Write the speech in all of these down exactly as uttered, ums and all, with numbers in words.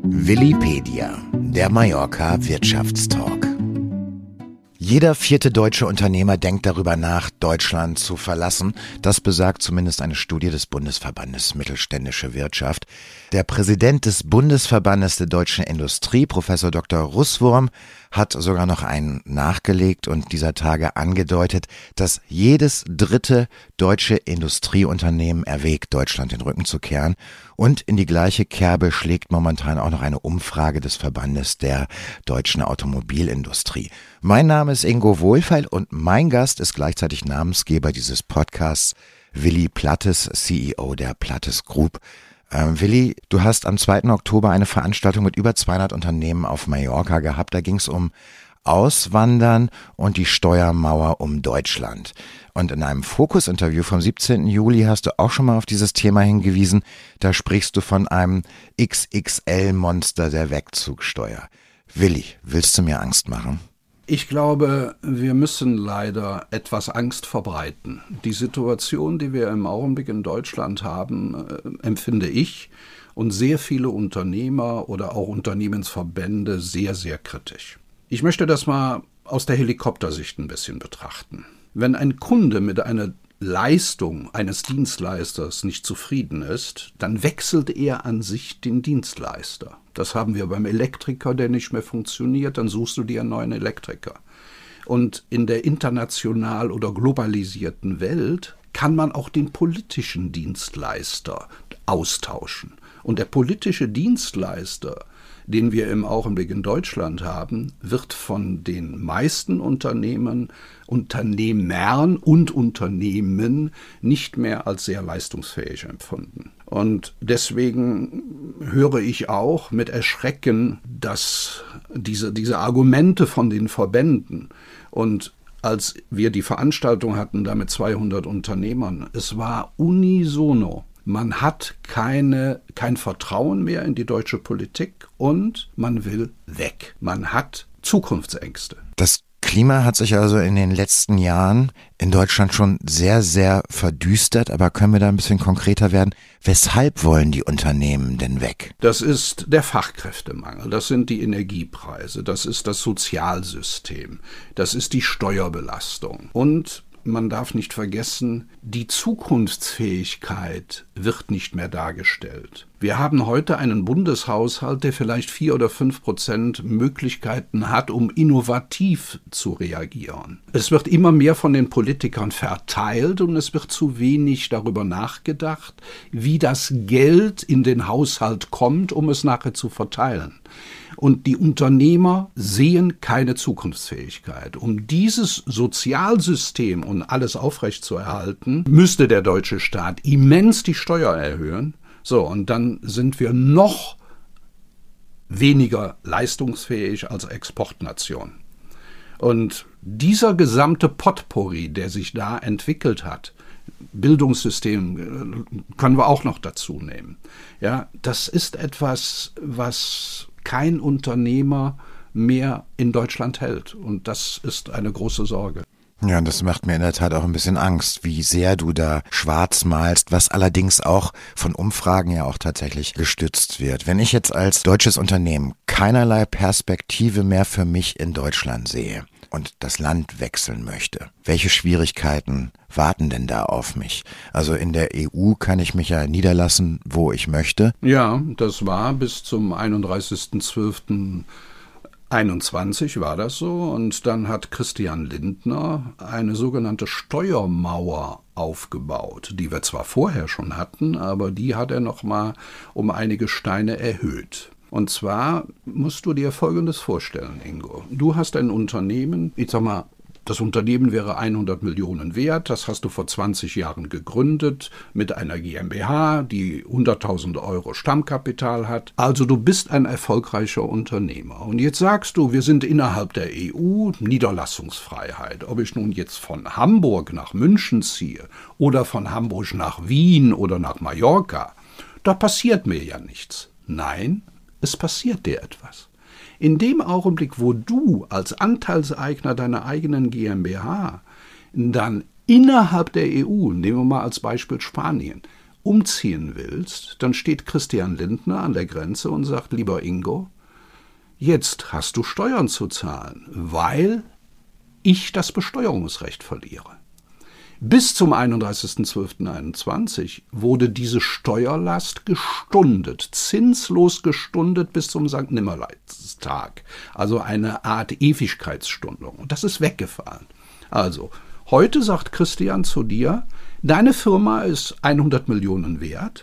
Willipedia, der Mallorca Wirtschaftstalk. Jeder vierte deutsche Unternehmer denkt darüber nach, Deutschland zu verlassen. Das besagt zumindest eine Studie des Bundesverbandes Mittelständische Wirtschaft. Der Präsident des Bundesverbandes der deutschen Industrie, Professor Doktor Russwurm, hat sogar noch einen nachgelegt und dieser Tage angedeutet, dass jedes dritte deutsche Industrieunternehmen erwägt, Deutschland den Rücken zu kehren. Und in die gleiche Kerbe schlägt momentan auch noch eine Umfrage des Verbandes der deutschen Automobilindustrie. Mein Name ist Ingo Wohlfeil und mein Gast ist gleichzeitig Namensgeber dieses Podcasts, Willi Plattes, C E O der Plattes Group. Ähm, Willi, du hast am zweiten Oktober eine Veranstaltung mit über zweihundert Unternehmen auf Mallorca gehabt. Da ging es um Auswandern und die Steuermauer um Deutschland. Und in einem Fokus-Interview vom siebzehnten Juli hast du auch schon mal auf dieses Thema hingewiesen. Da sprichst du von einem X X L-Monster der Wegzugsteuer. Willi, willst du mir Angst machen? Ich glaube, wir müssen leider etwas Angst verbreiten. Die Situation, die wir im Augenblick in Deutschland haben, äh, empfinde ich und sehr viele Unternehmer oder auch Unternehmensverbände sehr, sehr kritisch. Ich möchte das mal aus der Helikoptersicht ein bisschen betrachten. Wenn ein Kunde mit einer Leistung eines Dienstleisters nicht zufrieden ist, dann wechselt er an sich den Dienstleister. Das haben wir beim Elektriker, der nicht mehr funktioniert, dann suchst du dir einen neuen Elektriker. Und in der international oder globalisierten Welt kann man auch den politischen Dienstleister austauschen. Und der politische Dienstleister, den wir im Augenblick in Deutschland haben, wird von den meisten Unternehmen, Unternehmern und Unternehmen nicht mehr als sehr leistungsfähig empfunden. Und deswegen höre ich auch mit Erschrecken, dass diese, diese Argumente von den Verbänden und als wir die Veranstaltung hatten, da mit zweihundert Unternehmern, es war unisono. Man hat keine, kein Vertrauen mehr in die deutsche Politik und man will weg. Man hat Zukunftsängste. Das Klima hat sich also in den letzten Jahren in Deutschland schon sehr, sehr verdüstert. Aber können wir da ein bisschen konkreter werden? Weshalb wollen die Unternehmen denn weg? Das ist der Fachkräftemangel, das sind die Energiepreise, das ist das Sozialsystem, das ist die Steuerbelastung und man darf nicht vergessen, die Zukunftsfähigkeit wird nicht mehr dargestellt. Wir haben heute einen Bundeshaushalt, der vielleicht vier oder fünf Prozent Möglichkeiten hat, um innovativ zu reagieren. Es wird immer mehr von den Politikern verteilt und es wird zu wenig darüber nachgedacht, wie das Geld in den Haushalt kommt, um es nachher zu verteilen. Und die Unternehmer sehen keine Zukunftsfähigkeit. Um dieses Sozialsystem und alles aufrechtzuerhalten, müsste der deutsche Staat immens die Steuer erhöhen. So, und dann sind wir noch weniger leistungsfähig als Exportnation. Und dieser gesamte Potpourri, der sich da entwickelt hat, Bildungssystem können wir auch noch dazu nehmen. Ja, das ist etwas, was kein Unternehmer mehr in Deutschland hält. Und das ist eine große Sorge. Ja, das macht mir in der Tat auch ein bisschen Angst, wie sehr du da schwarz malst, was allerdings auch von Umfragen ja auch tatsächlich gestützt wird. Wenn ich jetzt als deutsches Unternehmen keinerlei Perspektive mehr für mich in Deutschland sehe und das Land wechseln möchte, welche Schwierigkeiten warten denn da auf mich? Also in der E U kann ich mich ja niederlassen, wo ich möchte. Ja, das war bis zum einunddreißigsten zwölften einundzwanzig war das so und dann hat Christian Lindner eine sogenannte Steuermauer aufgebaut, die wir zwar vorher schon hatten, aber die hat er noch mal um einige Steine erhöht. Und zwar musst du dir Folgendes vorstellen, Ingo. Du hast ein Unternehmen, ich sag mal, das Unternehmen wäre hundert Millionen wert, das hast du vor zwanzig Jahren gegründet mit einer GmbH, die hunderttausend Euro Stammkapital hat. Also du bist ein erfolgreicher Unternehmer. Und jetzt sagst du, wir sind innerhalb der E U, Niederlassungsfreiheit. Ob ich nun jetzt von Hamburg nach München ziehe oder von Hamburg nach Wien oder nach Mallorca, da passiert mir ja nichts. Nein, es passiert dir etwas. In dem Augenblick, wo du als Anteilseigner deiner eigenen GmbH dann innerhalb der E U, nehmen wir mal als Beispiel Spanien, umziehen willst, dann steht Christian Lindner an der Grenze und sagt, lieber Ingo, jetzt hast du Steuern zu zahlen, weil ich das Besteuerungsrecht verliere. Bis zum einunddreißigsten zwölften einundzwanzig wurde diese Steuerlast gestundet, zinslos gestundet bis zum Sankt Nimmerleinstag. Also eine Art Ewigkeitsstundung. Und das ist weggefallen. Also, heute sagt Christian zu dir, deine Firma ist hundert Millionen wert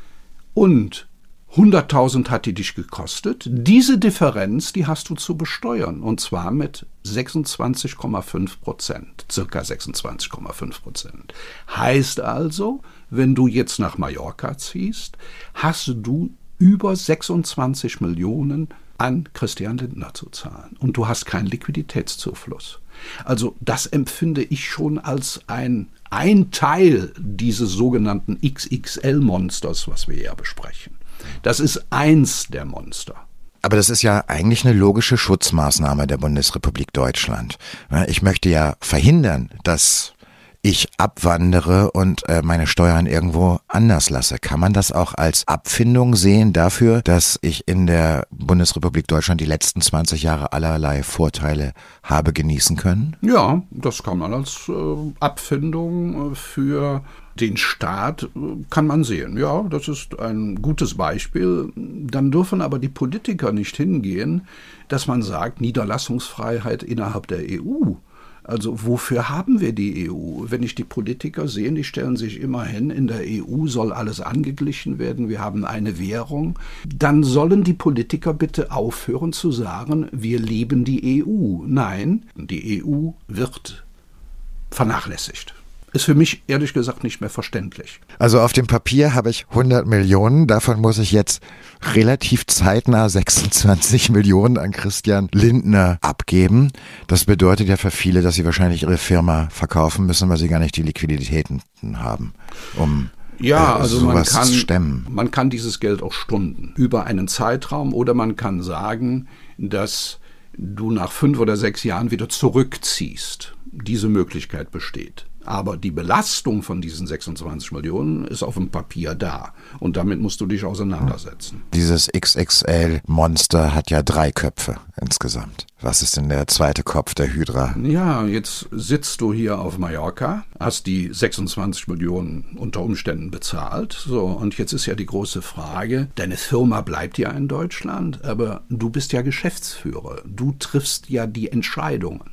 und hunderttausend hat die dich gekostet. Diese Differenz, die hast du zu besteuern, und zwar mit sechsundzwanzig Komma fünf Prozent, circa sechsundzwanzig Komma fünf Prozent. Heißt also, wenn du jetzt nach Mallorca ziehst, hast du über sechsundzwanzig Millionen an Christian Lindner zu zahlen. Und du hast keinen Liquiditätszufluss. Also das empfinde ich schon als ein, ein Teil dieses sogenannten X X L-Monsters, was wir hier besprechen. Das ist eins der Monster. Aber das ist ja eigentlich eine logische Schutzmaßnahme der Bundesrepublik Deutschland. Ich möchte ja verhindern, dass ich abwandere und äh, meine Steuern irgendwo anders lasse. Kann man das auch als Abfindung sehen dafür, dass ich in der Bundesrepublik Deutschland die letzten zwanzig Jahre allerlei Vorteile habe genießen können? Ja, das kann man als äh, Abfindung äh, für den Staat, äh, kann man sehen. Ja, das ist ein gutes Beispiel. Dann dürfen aber die Politiker nicht hingehen, dass man sagt, Niederlassungsfreiheit innerhalb der E U. Also wofür haben wir die E U? Wenn ich die Politiker sehe, die stellen sich immer hin, in der E U soll alles angeglichen werden, wir haben eine Währung, dann sollen die Politiker bitte aufhören zu sagen, wir lieben die E U. Nein, die E U wird vernachlässigt. Ist für mich ehrlich gesagt nicht mehr verständlich. Also auf dem Papier habe ich hundert Millionen, davon muss ich jetzt relativ zeitnah sechsundzwanzig Millionen an Christian Lindner abgeben. Das bedeutet ja für viele, dass sie wahrscheinlich ihre Firma verkaufen müssen, weil sie gar nicht die Liquiditäten haben, um Ja, äh, also sowas man kann, zu stemmen. Man kann dieses Geld auch stunden über einen Zeitraum, oder man kann sagen, dass du nach fünf oder sechs Jahren wieder zurückziehst. Diese Möglichkeit besteht. Aber die Belastung von diesen sechsundzwanzig Millionen ist auf dem Papier da. Und damit musst du dich auseinandersetzen. Dieses X X L-Monster hat ja drei Köpfe insgesamt. Was ist denn der zweite Kopf der Hydra? Ja, jetzt sitzt du hier auf Mallorca, hast die sechsundzwanzig Millionen unter Umständen bezahlt. So, und jetzt ist ja die große Frage, deine Firma bleibt ja in Deutschland, aber du bist ja Geschäftsführer. Du triffst ja die Entscheidungen.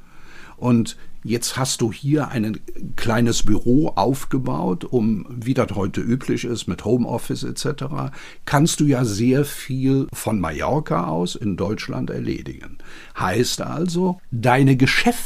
Und jetzt hast du hier ein kleines Büro aufgebaut, um, wie das heute üblich ist, mit Homeoffice et cetera, kannst du ja sehr viel von Mallorca aus in Deutschland erledigen. Heißt also, deine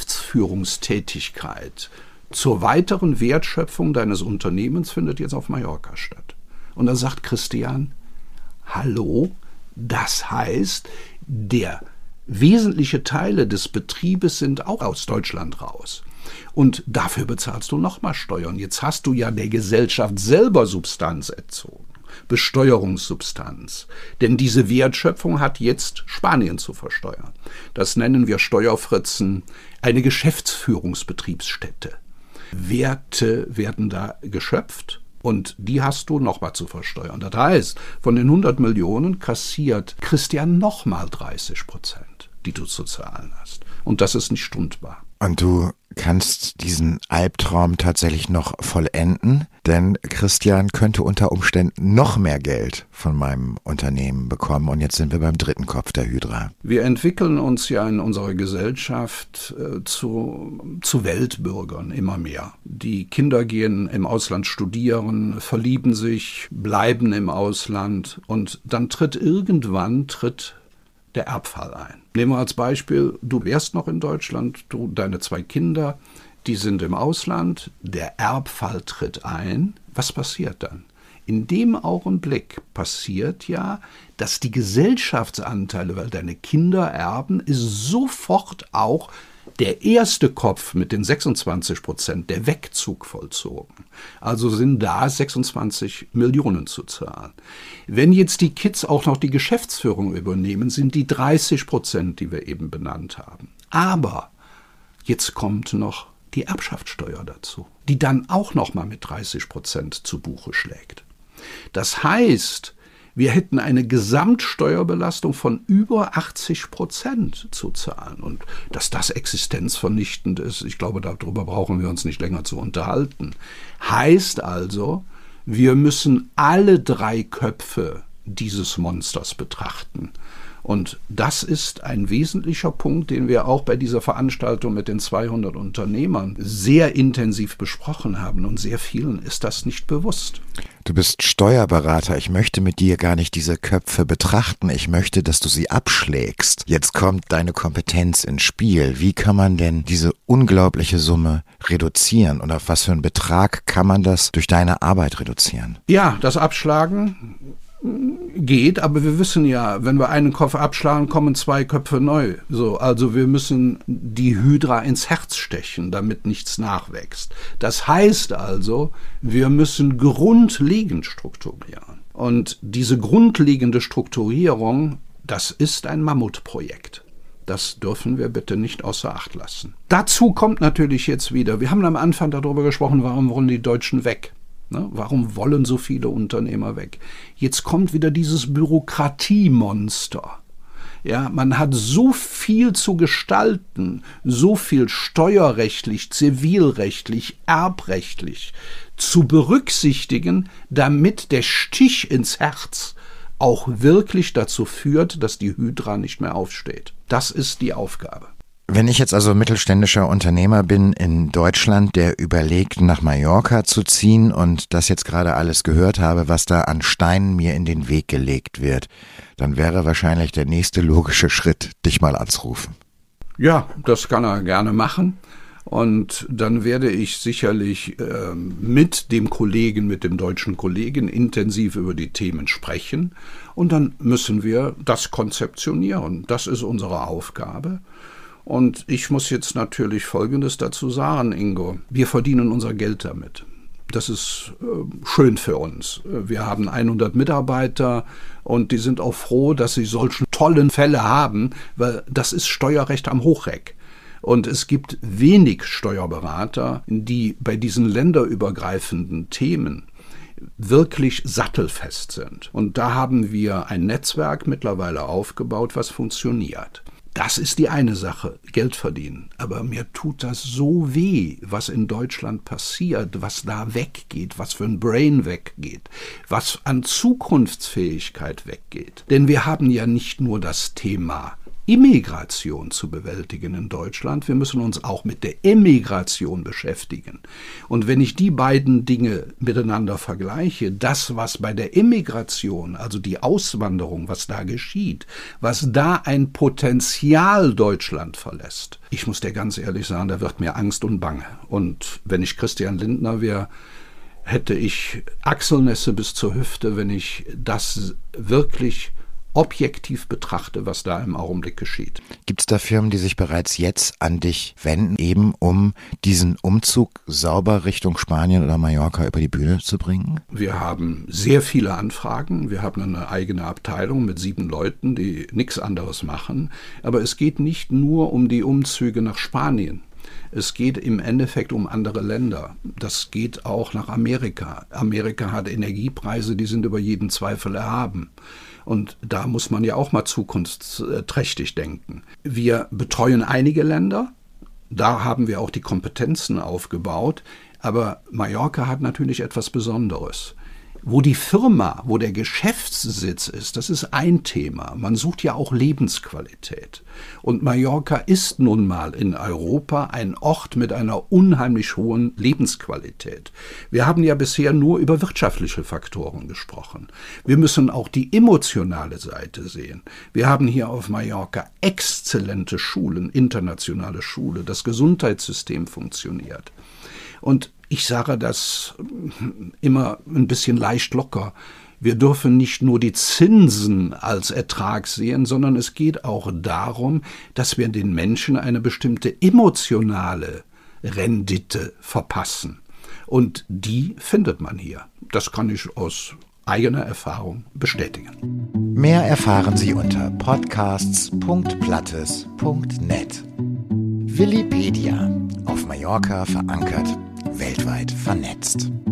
Geschäftsführungstätigkeit zur weiteren Wertschöpfung deines Unternehmens findet jetzt auf Mallorca statt. Und dann sagt Christian, hallo, das heißt, der wesentliche Teile des Betriebes sind auch aus Deutschland raus. Und dafür bezahlst du nochmal Steuern. Jetzt hast du ja der Gesellschaft selber Substanz entzogen, Besteuerungssubstanz. Denn diese Wertschöpfung hat jetzt Spanien zu versteuern. Das nennen wir Steuerfritzen eine Geschäftsführungsbetriebsstätte. Werte werden da geschöpft. Und die hast du nochmal zu versteuern. Das heißt, von den hundert Millionen kassiert Christian nochmal dreißig Prozent, die du zu zahlen hast. Und das ist nicht stundbar. Und du kannst diesen Albtraum tatsächlich noch vollenden, denn Christian könnte unter Umständen noch mehr Geld von meinem Unternehmen bekommen. Und jetzt sind wir beim dritten Kopf der Hydra. Wir entwickeln uns ja in unserer Gesellschaft äh, zu, zu Weltbürgern immer mehr. Die Kinder gehen im Ausland studieren, verlieben sich, bleiben im Ausland, und dann tritt irgendwann tritt der Erbfall ein. Nehmen wir als Beispiel, du wärst noch in Deutschland, du, deine zwei Kinder, die sind im Ausland, der Erbfall tritt ein. Was passiert dann? In dem Augenblick passiert ja, dass die Gesellschaftsanteile, weil deine Kinder erben, ist sofort auch der erste Kopf mit den sechsundzwanzig Prozent, der Wegzug vollzogen. Also sind da sechsundzwanzig Millionen zu zahlen. Wenn jetzt die Kids auch noch die Geschäftsführung übernehmen, sind die dreißig Prozent, die wir eben benannt haben. Aber jetzt kommt noch die Erbschaftssteuer dazu, die dann auch nochmal mit dreißig Prozent zu Buche schlägt. Das heißt, wir hätten eine Gesamtsteuerbelastung von über achtzig Prozent zu zahlen. Und dass das existenzvernichtend ist, ich glaube, darüber brauchen wir uns nicht länger zu unterhalten. Heißt also, wir müssen alle drei Köpfe dieses Monsters betrachten. Und das ist ein wesentlicher Punkt, den wir auch bei dieser Veranstaltung mit den zweihundert Unternehmern sehr intensiv besprochen haben. Und sehr vielen ist das nicht bewusst. Du bist Steuerberater. Ich möchte mit dir gar nicht diese Köpfe betrachten. Ich möchte, dass du sie abschlägst. Jetzt kommt deine Kompetenz ins Spiel. Wie kann man denn diese unglaubliche Summe reduzieren? Und auf was für einen Betrag kann man das durch deine Arbeit reduzieren? Ja, das Abschlagen geht, aber wir wissen ja, wenn wir einen Kopf abschlagen, kommen zwei Köpfe neu. So, also wir müssen die Hydra ins Herz stechen, damit nichts nachwächst. Das heißt also, wir müssen grundlegend strukturieren. Und diese grundlegende Strukturierung, das ist ein Mammutprojekt. Das dürfen wir bitte nicht außer Acht lassen. Dazu kommt natürlich jetzt wieder, wir haben am Anfang darüber gesprochen, warum wollen die Deutschen weg? Ne? Warum wollen so viele Unternehmer weg? Jetzt kommt wieder dieses Bürokratiemonster. Ja, man hat so viel zu gestalten, so viel steuerrechtlich, zivilrechtlich, erbrechtlich zu berücksichtigen, damit der Stich ins Herz auch wirklich dazu führt, dass die Hydra nicht mehr aufsteht. Das ist die Aufgabe. Wenn ich jetzt also mittelständischer Unternehmer bin in Deutschland, der überlegt, nach Mallorca zu ziehen und das jetzt gerade alles gehört habe, was da an Steinen mir in den Weg gelegt wird, dann wäre wahrscheinlich der nächste logische Schritt, dich mal anzurufen. Ja, das kann er gerne machen. Und dann werde ich sicherlich äh, mit dem Kollegen, mit dem deutschen Kollegen intensiv über die Themen sprechen. Und dann müssen wir das konzeptionieren. Das ist unsere Aufgabe. Und ich muss jetzt natürlich Folgendes dazu sagen, Ingo. Wir verdienen unser Geld damit. Das ist äh, schön für uns. Wir haben hundert Mitarbeiter und die sind auch froh, dass sie solche tollen Fälle haben, weil das ist Steuerrecht am Hochreck. Und es gibt wenig Steuerberater, die bei diesen länderübergreifenden Themen wirklich sattelfest sind. Und da haben wir ein Netzwerk mittlerweile aufgebaut, was funktioniert. Das ist die eine Sache, Geld verdienen. Aber mir tut das so weh, was in Deutschland passiert, was da weggeht, was für ein Brain weggeht, was an Zukunftsfähigkeit weggeht. Denn wir haben ja nicht nur das Thema Immigration zu bewältigen in Deutschland, wir müssen uns auch mit der Emigration beschäftigen. Und wenn ich die beiden Dinge miteinander vergleiche, das, was bei der Emigration, also die Auswanderung, was da geschieht, was da ein Potenzial Deutschland verlässt, ich muss dir ganz ehrlich sagen, da wird mir Angst und Bange. Und wenn ich Christian Lindner wäre, hätte ich Achselnässe bis zur Hüfte, wenn ich das wirklich objektiv betrachte, was da im Augenblick geschieht. Gibt es da Firmen, die sich bereits jetzt an dich wenden, eben um diesen Umzug sauber Richtung Spanien oder Mallorca über die Bühne zu bringen? Wir haben sehr viele Anfragen. Wir haben eine eigene Abteilung mit sieben Leuten, die nichts anderes machen. Aber es geht nicht nur um die Umzüge nach Spanien. Es geht im Endeffekt um andere Länder. Das geht auch nach Amerika. Amerika hat Energiepreise, die sind über jeden Zweifel erhaben. Und da muss man ja auch mal zukunftsträchtig denken. Wir betreuen einige Länder, da haben wir auch die Kompetenzen aufgebaut, aber Mallorca hat natürlich etwas Besonderes. Wo die Firma, wo der Geschäftssitz ist, das ist ein Thema. Man sucht ja auch Lebensqualität. Und Mallorca ist nun mal in Europa ein Ort mit einer unheimlich hohen Lebensqualität. Wir haben ja bisher nur über wirtschaftliche Faktoren gesprochen. Wir müssen auch die emotionale Seite sehen. Wir haben hier auf Mallorca exzellente Schulen, internationale Schule. Das Gesundheitssystem funktioniert. Und ich sage das immer ein bisschen leicht locker. Wir dürfen nicht nur die Zinsen als Ertrag sehen, sondern es geht auch darum, dass wir den Menschen eine bestimmte emotionale Rendite verpassen. Und die findet man hier. Das kann ich aus eigener Erfahrung bestätigen. Mehr erfahren Sie unter podcasts punkt plattes punkt net. Willipedia. Auf Mallorca verankert, weltweit vernetzt.